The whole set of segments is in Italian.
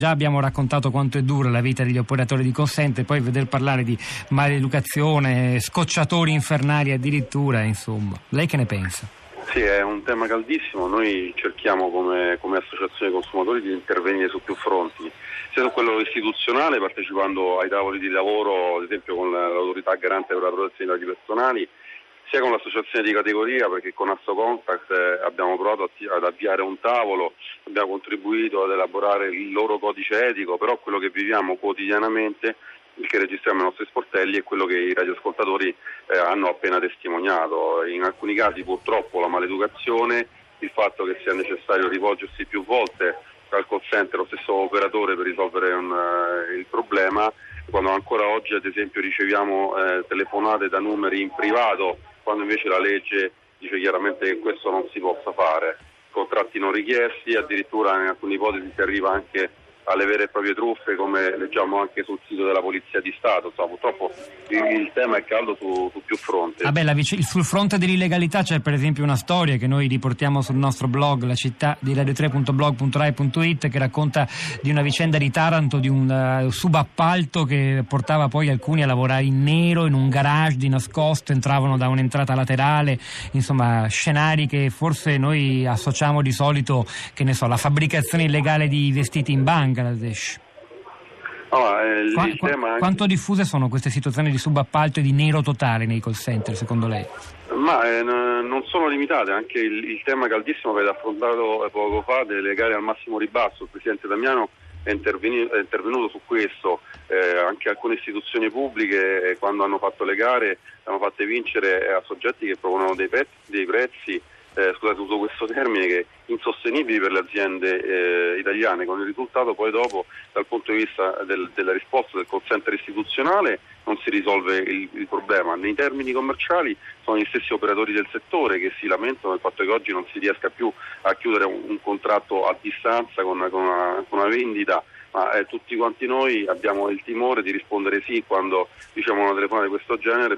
Già abbiamo raccontato quanto è dura la vita degli operatori di call center, poi veder parlare di maleducazione, scocciatori infernali addirittura, insomma. Lei che ne pensa? Sì, è un tema caldissimo. Noi cerchiamo come associazione consumatori di intervenire su più fronti, sia su quello istituzionale, partecipando ai tavoli di lavoro, ad esempio con l'autorità garante per la protezione dei dati personali, sia con l'associazione di categoria, perché con Assocontact abbiamo provato ad avviare un tavolo, abbiamo contribuito ad elaborare il loro codice etico, però quello che viviamo quotidianamente, il che registriamo ai nostri sportelli, è quello che i radioascoltatori hanno appena testimoniato. In alcuni casi purtroppo la maleducazione, il fatto che sia necessario rivolgersi più volte al call center, lo stesso operatore per risolvere il problema, quando ancora oggi ad esempio riceviamo telefonate da numeri in privato, quando invece la legge dice chiaramente che questo non si possa fare, contratti non richiesti, addirittura in alcune ipotesi si arriva anche alle vere e proprie truffe, come leggiamo anche sul sito della Polizia di Stato. Insomma, purtroppo il tema è caldo su più fronti. Sul fronte dell'illegalità c'è per esempio una storia che noi riportiamo sul nostro blog, la città di radio3.blog.rai.it, che racconta di una vicenda di Taranto, di un subappalto che portava poi alcuni a lavorare in nero in un garage di nascosto, entravano da un'entrata laterale, insomma scenari che forse noi associamo di solito, che ne so, la fabbricazione illegale di vestiti in Bangladesh. Quanto diffuse sono queste situazioni di subappalto e di nero totale nei call center, secondo lei? Non sono limitate, anche il tema caldissimo che avete affrontato poco fa delle gare al massimo ribasso. Il Presidente Damiano è intervenuto su questo, anche alcune istituzioni pubbliche quando hanno fatto le gare hanno fatte vincere a soggetti che proponevano dei prezzi, scusate uso questo termine, che insostenibili per le aziende italiane, con il risultato poi dopo dal punto di vista della risposta del call center istituzionale non si risolve il problema. Nei termini commerciali sono gli stessi operatori del settore che si lamentano del fatto che oggi non si riesca più a chiudere un contratto a distanza con una vendita, ma tutti quanti noi abbiamo il timore di rispondere sì quando diciamo una telefonata di questo genere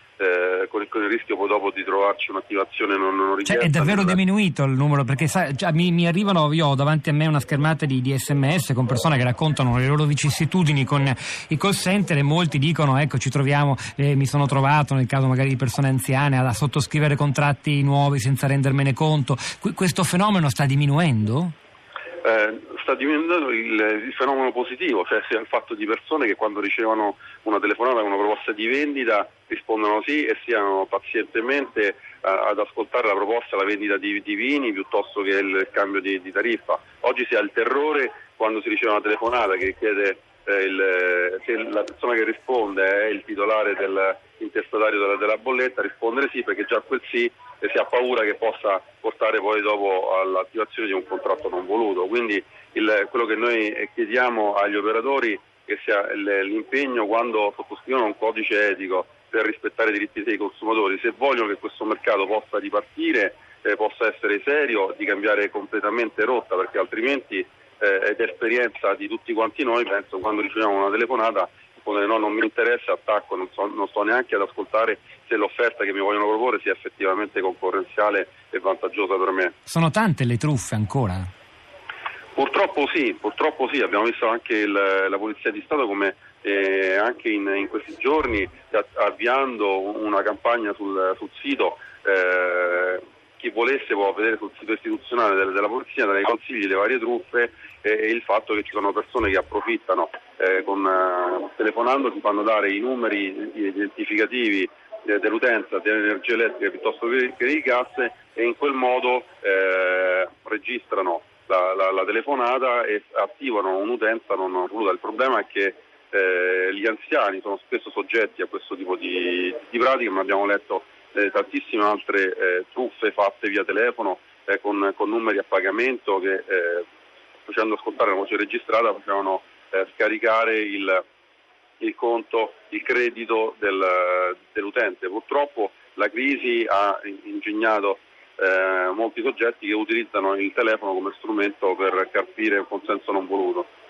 con il rischio poi dopo di trovarci un'attivazione non richiesta. È davvero diminuito il numero, perché mi arrivano, io ho davanti a me una schermata di SMS con persone che raccontano le loro vicissitudini con i call center e molti dicono ecco ci troviamo, mi sono trovato nel caso magari di persone anziane a sottoscrivere contratti nuovi senza rendermene conto. Questo fenomeno sta diminuendo? Sta diminuendo il fenomeno positivo, cioè sia il fatto di persone che quando ricevono una telefonata con una proposta di vendita rispondono sì e siano pazientemente ad ascoltare la proposta, la vendita di vini piuttosto che il cambio di tariffa. Oggi si ha il terrore quando si riceve una telefonata che chiede se la persona che risponde è il titolare intestatario della bolletta, rispondere sì, perché già quel sì si ha paura che possa portare poi dopo all'attivazione di un contratto non voluto. Quindi quello che noi chiediamo agli operatori che sia l'impegno quando sottoscrivono un codice etico per rispettare i diritti dei consumatori, se vogliono che questo mercato possa ripartire, possa essere serio, di cambiare completamente rotta, perché altrimenti ed esperienza di tutti quanti noi, penso, quando riceviamo una telefonata no, non mi interessa, attacco, non sto neanche ad ascoltare se l'offerta che mi vogliono proporre sia effettivamente concorrenziale e vantaggiosa per me. Sono tante le truffe ancora? Purtroppo sì, abbiamo visto anche la Polizia di Stato come anche in questi giorni sta avviando una campagna sul sito. Chi volesse può vedere sul sito istituzionale della Polizia dai consigli le varie truffe e il fatto che ci sono persone che approfittano telefonando, si fanno dare i numeri identificativi dell'utenza dell'energia elettrica piuttosto che di gas e in quel modo registrano la telefonata e attivano un'utenza non voluta. Il problema è che gli anziani sono spesso soggetti a questo tipo di pratiche, ma abbiamo letto tantissime altre truffe fatte via telefono con numeri a pagamento che facendo ascoltare la voce registrata facevano scaricare il conto, il credito dell'utente. Purtroppo la crisi ha ingegnato molti soggetti che utilizzano il telefono come strumento per carpire un consenso non voluto.